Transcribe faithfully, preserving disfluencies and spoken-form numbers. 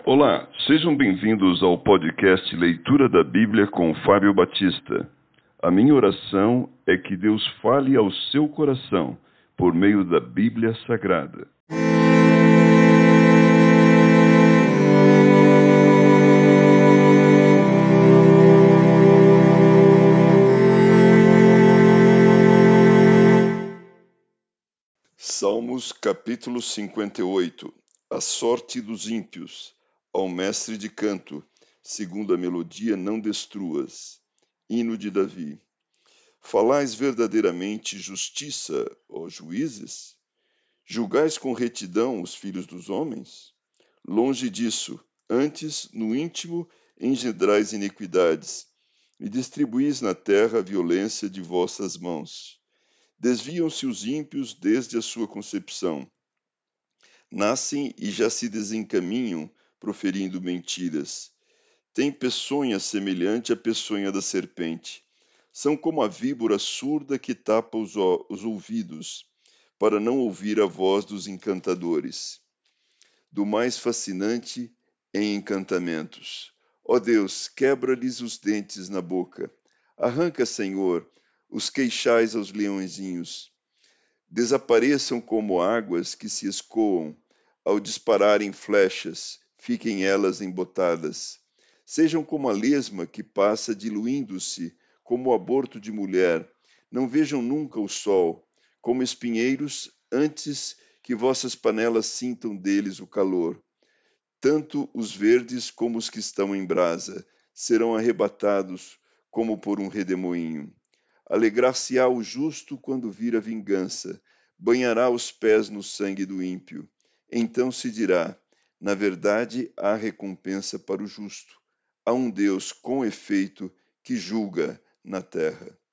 Olá, sejam bem-vindos ao podcast Leitura da Bíblia com Fábio Batista. A minha oração é que Deus fale ao seu coração por meio da Bíblia Sagrada. Salmos capítulo cinquenta e oito. A sorte dos ímpios. Ao mestre de canto, segundo a melodia, não destruas. Hino de Davi. Falais verdadeiramente justiça, ó juízes? Julgais com retidão os filhos dos homens? Longe disso, antes, no íntimo, engendrais iniquidades, e distribuís na terra a violência de vossas mãos. Desviam-se os ímpios desde a sua concepção. Nascem e já se desencaminham, proferindo mentiras. Têm peçonha semelhante à peçonha da serpente. São como a víbora surda que tapa os, os ouvidos, para não ouvir a voz dos encantadores. Do mais fascinante em encantamentos. Ó Deus, quebra-lhes os dentes na boca. Arranca, Senhor, os queixais aos leõezinhos. Desapareçam como águas que se escoam, ao dispararem flechas, fiquem elas embotadas. Sejam como a lesma que passa diluindo-se, como o aborto de mulher. Não vejam nunca o sol, como espinheiros, antes que vossas panelas sintam deles o calor. Tanto os verdes como os que estão em brasa serão arrebatados como por um redemoinho. Alegrar-se-á o justo quando vir a vingança, banhará os pés no sangue do ímpio. Então se dirá, na verdade há recompensa para o justo. Há um Deus com efeito que julga na terra.